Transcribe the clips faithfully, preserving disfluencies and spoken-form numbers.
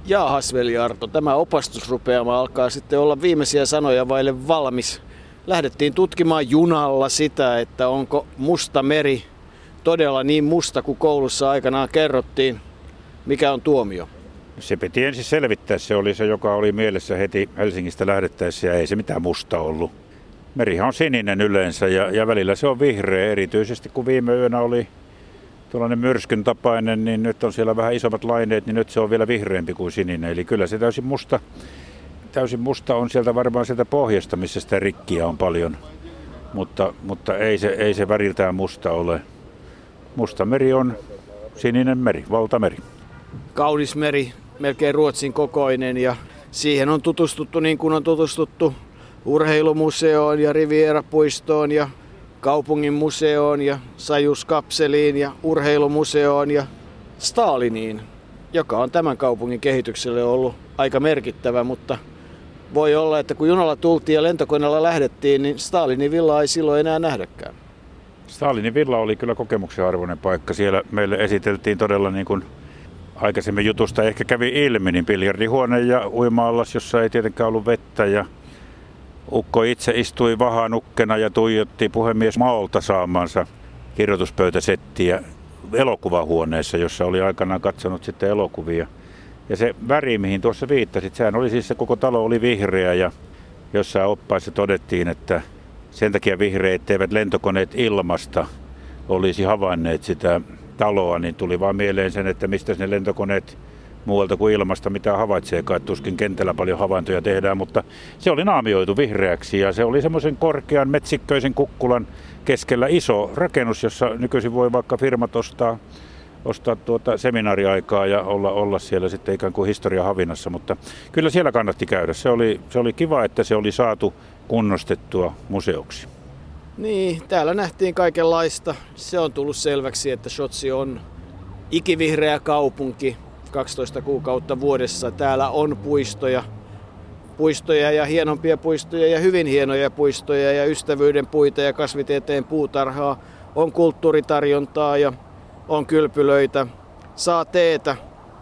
Jaahas, veli Arto, tämä opastusrupeama alkaa sitten olla viimeisiä sanoja vaille valmis. Lähdettiin tutkimaan junalla sitä, että onko Musta meri todella niin musta kuin koulussa aikanaan kerrottiin. Mikä on tuomio? Se piti ensin selvittää. Se oli se, joka oli mielessä heti Helsingistä lähdettäessä ja ei se mitään musta ollut. Merihan on sininen yleensä ja, ja välillä se on vihreä, erityisesti kun viime yönä oli tuollainen myrskyn tapainen, niin nyt on siellä vähän isommat laineet, niin nyt se on vielä vihreämpi kuin sininen. Eli kyllä se täysin musta, täysin musta on sieltä varmaan sieltä pohjasta, missä sitä rikkiä on paljon, mutta, mutta ei, se, ei se väriltään musta ole. Musta meri on sininen meri, valtameri. Kaunis meri, melkein Ruotsin kokoinen ja siihen on tutustuttu niin kuin on tutustuttu urheilumuseoon ja Riviera-puistoon ja kaupungin museoon ja Sajuskapseliin ja urheilumuseoon ja Staliniin, joka on tämän kaupungin kehitykselle ollut aika merkittävä, mutta voi olla, että kun junalla tultiin ja lentokoneella lähdettiin, niin Stalinin villaa ei silloin enää nähdäkään. Stalinin villa oli kyllä kokemuksen arvoinen paikka. Siellä meille esiteltiin todella niin kuin aikaisemmin jutusta ehkä kävi ilmi, niin biljardihuone ja uima-allas, jossa ei tietenkään ollut vettä ja ukko itse istui vahanukkena ja tuijotti puhemies Maolta saamansa kirjoituspöytäsettiä elokuvahuoneessa, jossa oli aikanaan katsonut sitten elokuvia. Ja se väri, mihin tuossa viittasit, sehän oli siis se koko talo oli vihreä ja jossain oppaissa todettiin, että sen takia vihreät, etteivät lentokoneet ilmasta olisi havainneet sitä taloa, niin tuli vaan mieleen sen, että mistä ne lentokoneet muualta kuin ilmasta mitä havaitseekaan, tuskin kentällä paljon havaintoja tehdään, mutta se oli naamioitu vihreäksi ja se oli semmoisen korkean metsikköisen kukkulan keskellä iso rakennus, jossa nykyisin voi vaikka firmat ostaa, ostaa tuota seminaariaikaa ja olla, olla siellä sitten ikään kuin historiahavinassa, mutta kyllä siellä kannatti käydä. Se oli, se oli kiva, että se oli saatu kunnostettua museoksi. Niin, täällä nähtiin kaikenlaista. Se on tullut selväksi, että Sotsi on ikivihreä kaupunki. kaksitoista kuukautta vuodessa. Täällä on puistoja, puistoja ja hienompia puistoja ja hyvin hienoja puistoja ja ystävyyden puita ja kasvitieteen puutarhaa. On kulttuuritarjontaa ja on kylpylöitä, saa teetä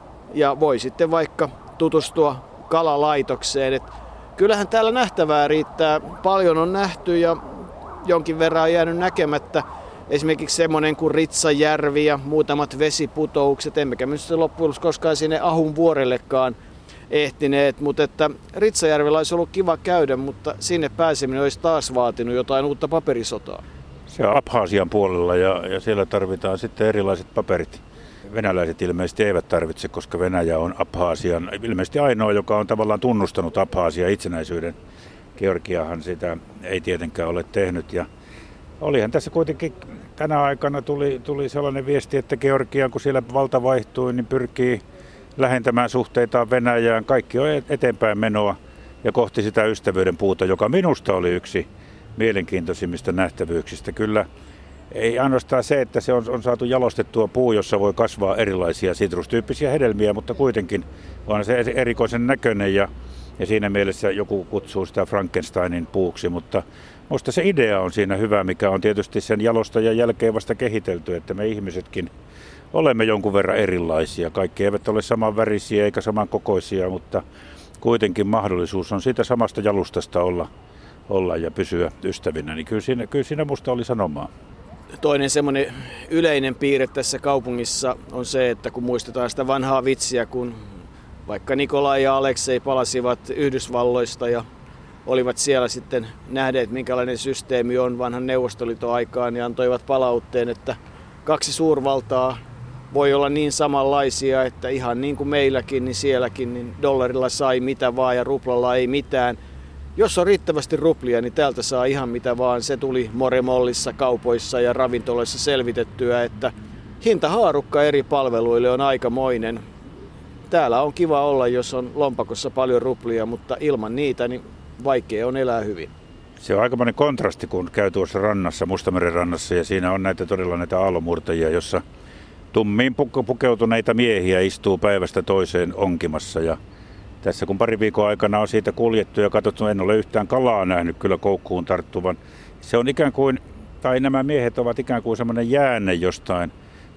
ja voi sitten vaikka tutustua kalalaitokseen. Et kyllähän täällä nähtävää riittää. Paljon on nähty ja jonkin verran on jäänyt näkemättä. Esimerkiksi semmoinen kuin Ritsajärvi ja muutamat vesiputoukset. Emmekä me loppujen lopuksi koskaan sinne Ahun vuorellekaan ehtineet. Mutta että Ritsajärvellä olisi ollut kiva käydä, mutta sinne pääseminen olisi taas vaatinut jotain uutta paperisotaa. Se on Abhasian puolella ja, ja siellä tarvitaan sitten erilaiset paperit. Venäläiset ilmeisesti eivät tarvitse, koska Venäjä on Abhasian ilmeisesti ainoa, joka on tavallaan tunnustanut Abhasian itsenäisyyden. Georgiahan sitä ei tietenkään ole tehnyt. Ja olihan tässä kuitenkin tänä aikana tuli, tuli sellainen viesti, että Georgia, kun siellä valta vaihtui, niin pyrkii lähentämään suhteitaan Venäjään. Kaikki on eteenpäin menoa ja kohti sitä ystävyyden puuta, joka minusta oli yksi mielenkiintoisimmista nähtävyyksistä. Kyllä ei ainoastaan se, että se on, on saatu jalostettua puu, jossa voi kasvaa erilaisia sitrustyyppisiä hedelmiä, mutta kuitenkin on se erikoisen näköinen ja, ja siinä mielessä joku kutsuu sitä Frankensteinin puuksi, mutta minusta se idea on siinä hyvä, mikä on tietysti sen jalostajan jälkeen vasta kehitelty, että me ihmisetkin olemme jonkun verran erilaisia. Kaikki eivät ole samanvärisiä eikä samankokoisia, mutta kuitenkin mahdollisuus on siitä samasta jalustasta olla, olla ja pysyä ystävinä. Niin kyllä siinä, kyllä siinä musta oli sanomaa. Toinen semmoinen yleinen piirre tässä kaupungissa on se, että kun muistetaan sitä vanhaa vitsiä, kun vaikka Nikolai ja Aleksei palasivat Yhdysvalloista ja olivat siellä sitten nähneet, minkälainen systeemi on vanhan Neuvostoliiton aikaan ja antoivat palautteen, että kaksi suurvaltaa voi olla niin samanlaisia, että ihan niin kuin meilläkin, niin sielläkin niin dollarilla sai mitä vaan ja ruplalla ei mitään. Jos on riittävästi ruplia, niin täältä saa ihan mitä vaan. Se tuli Moremollissa, kaupoissa ja ravintoloissa selvitettyä, että hintahaarukka eri palveluille on aikamoinen. Täällä on kiva olla, jos on lompakossa paljon ruplia, mutta ilman niitä niin vaikea on elää hyvin. Se on aikamoinen kontrasti, kun käy tuossa rannassa, Mustameren rannassa, ja siinä on näitä todella näitä aallonmurtajia, jossa tummiin pukeutuneita miehiä istuu päivästä toiseen onkimassa. Ja tässä kun pari viikon aikana on siitä kuljettu ja katsottu, en ole yhtään kalaa nähnyt kyllä koukkuun tarttuvan. Se on ikään kuin, tai nämä miehet ovat ikään kuin semmoinen jäänne jostain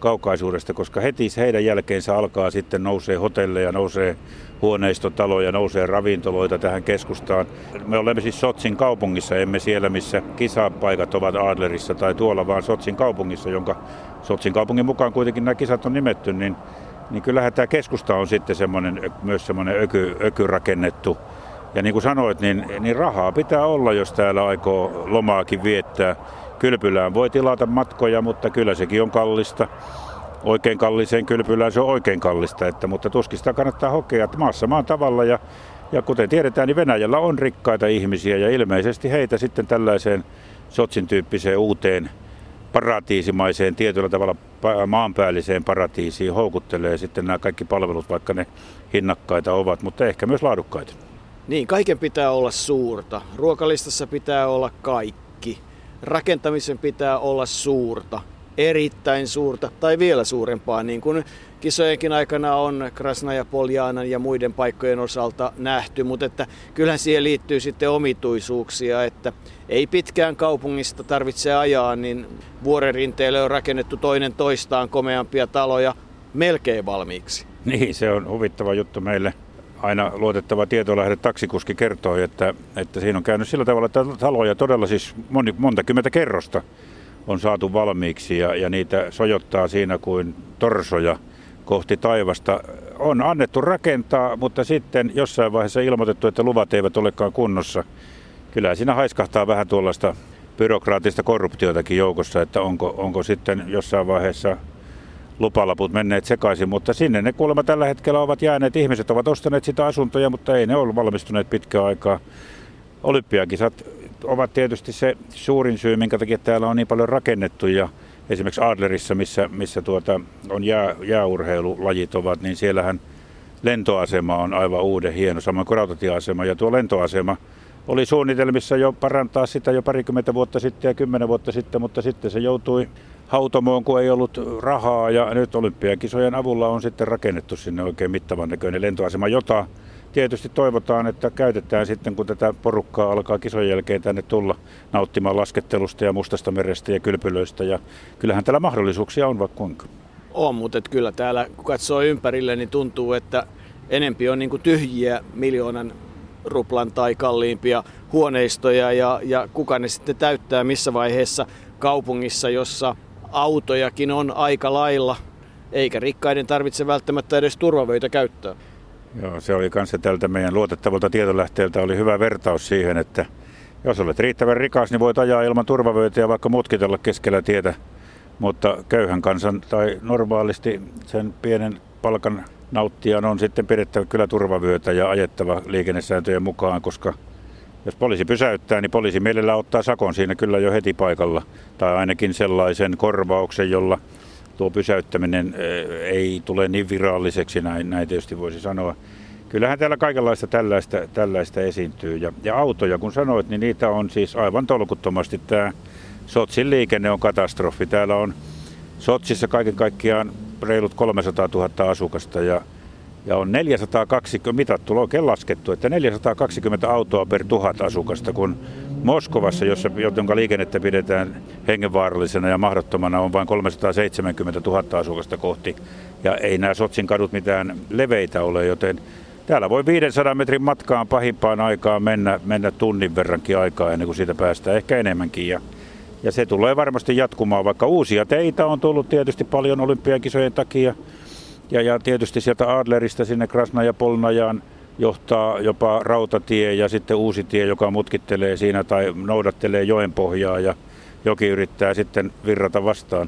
kaukaisuudesta, koska heti heidän jälkeensä alkaa sitten nousee hotelleja, nousee huoneistotaloja, nousee ravintoloita tähän keskustaan. Me olemme siis Sotsin kaupungissa, emme siellä missä kisapaikat ovat Adlerissa tai tuolla, vaan Sotsin kaupungissa, jonka Sotsin kaupungin mukaan kuitenkin nämä kisat on nimetty, niin, niin kyllähän tämä keskusta on sitten semmoinen, myös semmoinen öky, öky rakennettu. Ja niin kuin sanoit, niin, niin rahaa pitää olla, jos täällä aikoo lomaakin viettää. Kylpylään voi tilata matkoja, mutta kyllä sekin on kallista. Oikein kalliseen kylpylään se on oikein kallista, että, mutta tuskin sitä kannattaa hokea, että maassa maan tavalla. Ja, ja kuten tiedetään, niin Venäjällä on rikkaita ihmisiä ja ilmeisesti heitä sitten tällaiseen Sotsin tyyppiseen uuteen paratiisimaiseen, tietyllä tavalla maanpäälliseen paratiisiin houkuttelee sitten nämä kaikki palvelut, vaikka ne hinnakkaita ovat, mutta ehkä myös laadukkaita. Niin, kaiken pitää olla suurta. Ruokalistassa pitää olla kaikki. Rakentamisen pitää olla suurta, erittäin suurta tai vielä suurempaa, niin kuin kisojenkin aikana on Krasnaja Poljanan ja muiden paikkojen osalta nähty, mutta että kyllähän siihen liittyy sitten omituisuuksia, että ei pitkään kaupungista tarvitse ajaa, niin vuoren rinteelle on rakennettu toinen toistaan komeampia taloja melkein valmiiksi. Niin, se on huvittava juttu meille. Aina luotettava tietolähde taksikuski kertoi, että, että siinä on käynyt sillä tavalla, että taloja todella siis moni, monta kymmentä kerrosta on saatu valmiiksi ja, ja niitä sojottaa siinä kuin torsoja kohti taivasta. On annettu rakentaa, mutta sitten jossain vaiheessa ilmoitettu, että luvat eivät olekaan kunnossa. Kyllä siinä haiskahtaa vähän tuollaista byrokraattista korruptiotakin joukossa, että onko, onko sitten jossain vaiheessa lupalaput menneet sekaisin, mutta sinne ne kuulemma tällä hetkellä ovat jääneet. Ihmiset ovat ostaneet sitä asuntoja, mutta ei ne ole valmistuneet pitkään aikaa. Olympiakisat ovat tietysti se suurin syy, minkä takia täällä on niin paljon rakennettu. Ja esimerkiksi Adlerissa, missä, missä tuota on jää, jääurheilulajit ovat, niin siellähän lentoasema on aivan uuden hieno, samoin kuin rautatieasema. Ja tuo lentoasema oli suunnitelmissa jo parantaa sitä jo parikymmentä vuotta sitten ja kymmenen vuotta sitten, mutta sitten se joutui hautomoon, kun ei ollut rahaa, ja nyt olympiakisojen avulla on sitten rakennettu sinne oikein mittavan näköinen lentoasema, jota tietysti toivotaan, että käytetään sitten, kun tätä porukkaa alkaa kisojen jälkeen tänne tulla nauttimaan laskettelusta ja Mustasta merestä ja kylpylöistä, ja kyllähän täällä mahdollisuuksia on vaikka kuinka. On, mutta että kyllä täällä, kun katsoo ympärille, niin tuntuu, että enempi on niin kuin tyhjiä miljoonan ruplan tai kalliimpia huoneistoja, ja, ja kuka ne sitten täyttää missä vaiheessa kaupungissa, jossa autojakin on aika lailla, eikä rikkaiden tarvitse välttämättä edes turvavöitä käyttää. Joo, se oli kanssa tältä meidän luotettavalta tietolähteeltä oli hyvä vertaus siihen, että jos olet riittävän rikas, niin voit ajaa ilman turvavöitä ja vaikka mutkitella keskellä tietä, mutta köyhän kansan tai normaalisti sen pienen palkan nauttijan on sitten pidettävä kyllä turvavyötä ja ajettava liikennesääntöjen mukaan, koska jos poliisi pysäyttää, niin poliisi mielellään ottaa sakon siinä kyllä jo heti paikalla. Tai ainakin sellaisen korvauksen, jolla tuo pysäyttäminen ei tule niin viralliseksi, näin, näin tietysti voisi sanoa. Kyllähän täällä kaikenlaista tällaista, tällaista esiintyy. Ja, ja autoja, kun sanoit, niin niitä on siis aivan tolkuttomasti. Tämä Sotsin liikenne on katastrofi. Täällä on Sotsissa kaiken kaikkiaan reilut kolmesataatuhatta asukasta ja Ja on neljäsataakaksikymmentä, mitattu, oikein laskettu, että neljäsataakaksikymmentä autoa per tuhat asukasta, kun Moskovassa, jossa, jonka liikennettä pidetään hengenvaarallisena ja mahdottomana, on vain kolmesataaseitsemänkymmentätuhatta asukasta kohti. Ja ei nämä Sotsin kadut mitään leveitä ole, joten täällä voi viisisataa metrin matkaan pahimpaan aikaan mennä, mennä tunnin verrankin aikaa ennen kuin siitä päästään, ehkä enemmänkin. Ja, ja se tulee varmasti jatkumaan, vaikka uusia teitä on tullut tietysti paljon olympiakisojen takia. Ja, ja tietysti sieltä Adlerista sinne Krasnaja Polnajaan johtaa jopa rautatie ja sitten uusi tie, joka mutkittelee siinä tai noudattelee joen pohjaa ja joki yrittää sitten virrata vastaan.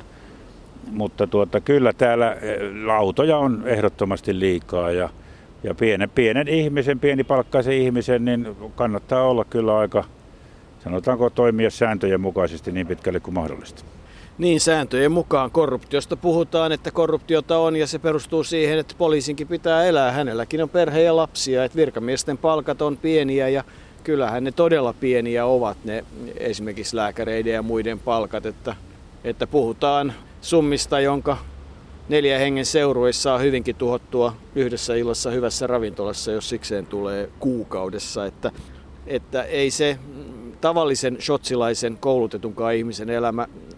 Mutta tuota, kyllä täällä autoja on ehdottomasti liikaa ja, ja pienen, pienen ihmisen, pienipalkkaisen ihmisen, niin kannattaa olla kyllä aika, sanotaanko, toimia sääntöjen mukaisesti niin pitkälle kuin mahdollista. Niin, sääntöjen mukaan korruptiosta puhutaan, että korruptiota on ja se perustuu siihen, että poliisinkin pitää elää. Hänelläkin on perhe ja lapsia, että virkamiesten palkat on pieniä ja kyllähän ne todella pieniä ovat ne esimerkiksi lääkäreiden ja muiden palkat, että, että puhutaan summista, jonka neljä hengen seuruissa on hyvinkin tuhottua yhdessä illassa hyvässä ravintolassa, jos sikseen tulee kuukaudessa, että, että ei se tavallisen shotsilaisen koulutetunkaan ihmisen elämä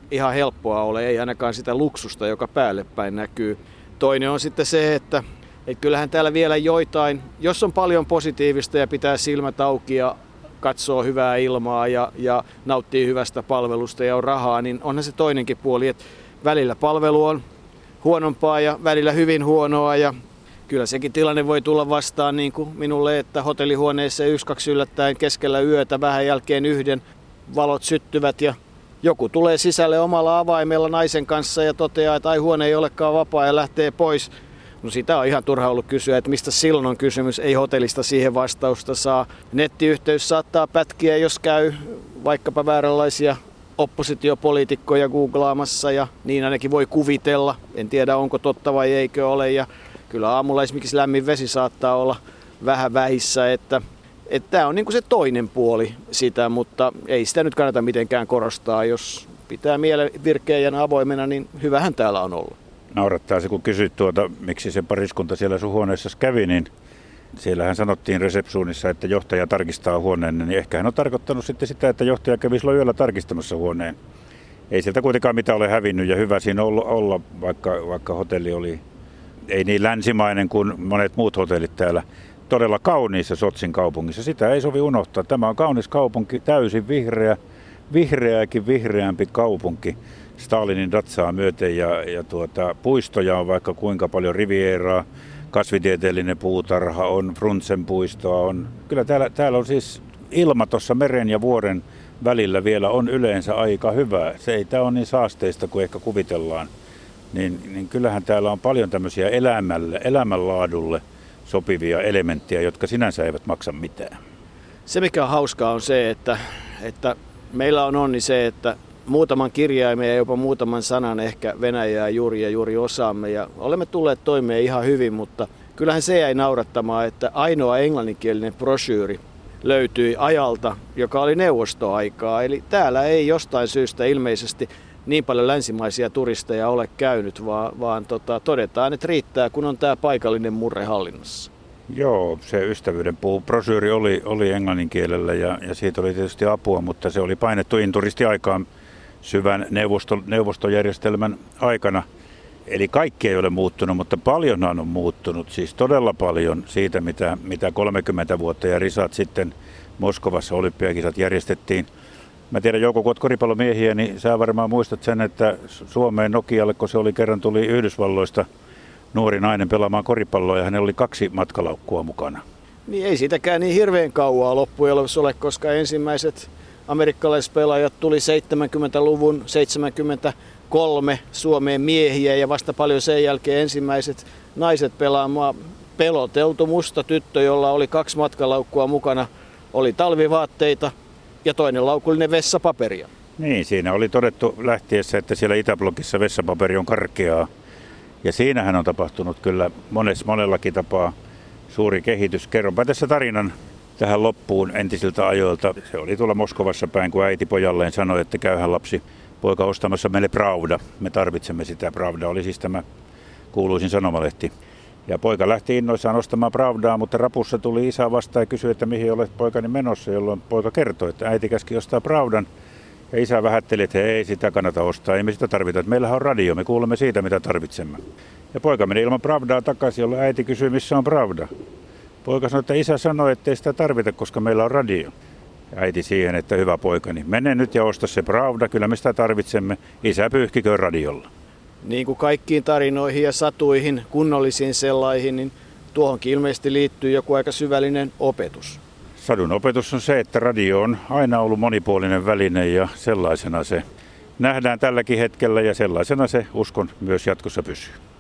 ihan helppoa ole, ei ainakaan sitä luksusta, joka päälle päin näkyy. Toinen on sitten se, että, että kyllähän täällä vielä joitain, jos on paljon positiivista ja pitää silmät auki ja katsoo hyvää ilmaa ja, ja nauttii hyvästä palvelusta ja on rahaa, niin onhan se toinenkin puoli, että välillä palvelu on huonompaa ja välillä hyvin huonoa ja kyllä sekin tilanne voi tulla vastaan niin kuin minulle, että hotellihuoneessa yksi kaksi yllättäen keskellä yötä vähän jälkeen yhden valot syttyvät ja joku tulee sisälle omalla avaimella naisen kanssa ja toteaa, että ai huone ei olekaan vapaa ja lähtee pois. No sitä on ihan turha ollut kysyä, että mistä silloin on kysymys, ei hotellista siihen vastausta saa. Nettiyhteys saattaa pätkiä, jos käy vaikkapa vääränlaisia oppositiopoliitikkoja googlaamassa ja niin ainakin voi kuvitella. En tiedä onko totta vai eikö ole ja kyllä aamulla esimerkiksi lämmin vesi saattaa olla vähän vähissä, että tämä on niin kuin se toinen puoli sitä, mutta ei sitä nyt kannata mitenkään korostaa. Jos pitää mielen virkeä ja avoimena, niin hyvähän täällä on ollut. Naurattaa se, kun kysyt tuota, miksi se pariskunta siellä sun huoneessa kävi, niin siellähän sanottiin resepsuunissa, että johtaja tarkistaa huoneen, niin ehkä hän on tarkoittanut sitten sitä, että johtaja kävi silloin yöllä tarkistamassa huoneen. Ei sieltä kuitenkaan mitään ole hävinnyt ja hyvä siinä olla, olla vaikka, vaikka hotelli oli ei niin länsimainen kuin monet muut hotellit täällä. Todella kauniissa Sotsin kaupungissa. Sitä ei sovi unohtaa. Tämä on kaunis kaupunki, täysin vihreä, vihreääkin vihreämpi kaupunki Stalinin datsaa myöten ja, ja tuota, puistoja on vaikka kuinka paljon, Rivieraa, kasvitieteellinen puutarha on, Frunzen puistoa on. Kyllä täällä, täällä on siis ilma tuossa meren ja vuoren välillä vielä on yleensä aika hyvä. Se ei tämä ole niin saasteista kuin ehkä kuvitellaan. Niin, niin kyllähän täällä on paljon tämmöisiä elämälle, elämänlaadulle sopivia elementtejä, jotka sinänsä eivät maksa mitään. Se mikä on hauskaa on se, että, että meillä on onni se, että muutaman kirjaimen ja jopa muutaman sanan ehkä Venäjää juuri ja juuri osaamme ja olemme tulleet toimeen ihan hyvin, mutta kyllähän se jäi naurattamaan, että ainoa englanninkielinen brosyyri löytyi ajalta, joka oli neuvostoaikaa. Eli täällä ei jostain syystä ilmeisesti niin paljon länsimaisia turisteja ole käynyt, vaan, vaan tota, todetaan, että riittää, kun on tämä paikallinen murre hallinnassa. Joo, se ystävyyden puu brosyyri oli, oli englanninkielellä ja, ja siitä oli tietysti apua, mutta se oli painettu inturistiaikaan syvän neuvosto, neuvostojärjestelmän aikana. Eli kaikki ei ole muuttunut, mutta paljonhan on muuttunut, siis todella paljon siitä, mitä, mitä kolmekymmentä vuotta ja risat sitten Moskovassa olympiakisat järjestettiin. Mä tiedän, Jouko, kun olet koripallomiehiä, niin sä varmaan muistat sen, että Suomeen Nokialle, kun se oli kerran tuli Yhdysvalloista nuori nainen pelaamaan koripalloa ja hänellä oli kaksi matkalaukkua mukana. Niin ei siitäkään niin hirveän kauaa loppujen lopuksi ole, koska ensimmäiset amerikkalaispelaajat tuli seitsemänkymmentäluvun seitsemänkymmentäkolme Suomeen miehiä ja vasta paljon sen jälkeen ensimmäiset naiset pelaamaan. Peloteltu musta tyttö, jolla oli kaksi matkalaukkua mukana, oli talvivaatteita ja toinen laukullinen vessapaperia. Niin, siinä oli todettu lähtiessä, että siellä Itäblogissa vessapaperi on karkeaa. Ja siinähän on tapahtunut kyllä monessa, monellakin tapaa suuri kehitys. Kerronpa tässä tarinan tähän loppuun entisiltä ajoilta. Se oli tuolla Moskovassa päin, kun äiti pojalleen sanoi, että käyhän lapsi poika ostamassa meille Pravda. Me tarvitsemme sitä. Pravda oli siis tämä kuuluisin sanomalehti. Ja poika lähti innoissaan ostamaan Pravdaa, mutta rapussa tuli isä vastaan ja kysyi, että mihin olet poikani menossa, jolloin poika kertoi, että äiti käski ostaa Pravdan. Ja isä vähätteli, että ei sitä kannata ostaa, ei me sitä tarvita. Meillähän on radio, me kuulemme siitä, mitä tarvitsemme. Ja poika meni ilman Pravdaa takaisin, jolloin äiti kysyi, missä on Pravda. Poika sanoi, että isä sanoi, että ei sitä tarvita, koska meillä on radio. Ja äiti siihen, että hyvä poikani, mene nyt ja osta se Pravda, kyllä me sitä tarvitsemme. Isä pyyhkiköön radiolla. Niin kuin kaikkiin tarinoihin ja satuihin, kunnollisiin sellaihin, niin tuohonkin ilmeisesti liittyy joku aika syvällinen opetus. Sadun opetus on se, että radio on aina ollut monipuolinen väline ja sellaisena se nähdään tälläkin hetkellä ja sellaisena se uskon myös jatkossa pysyy.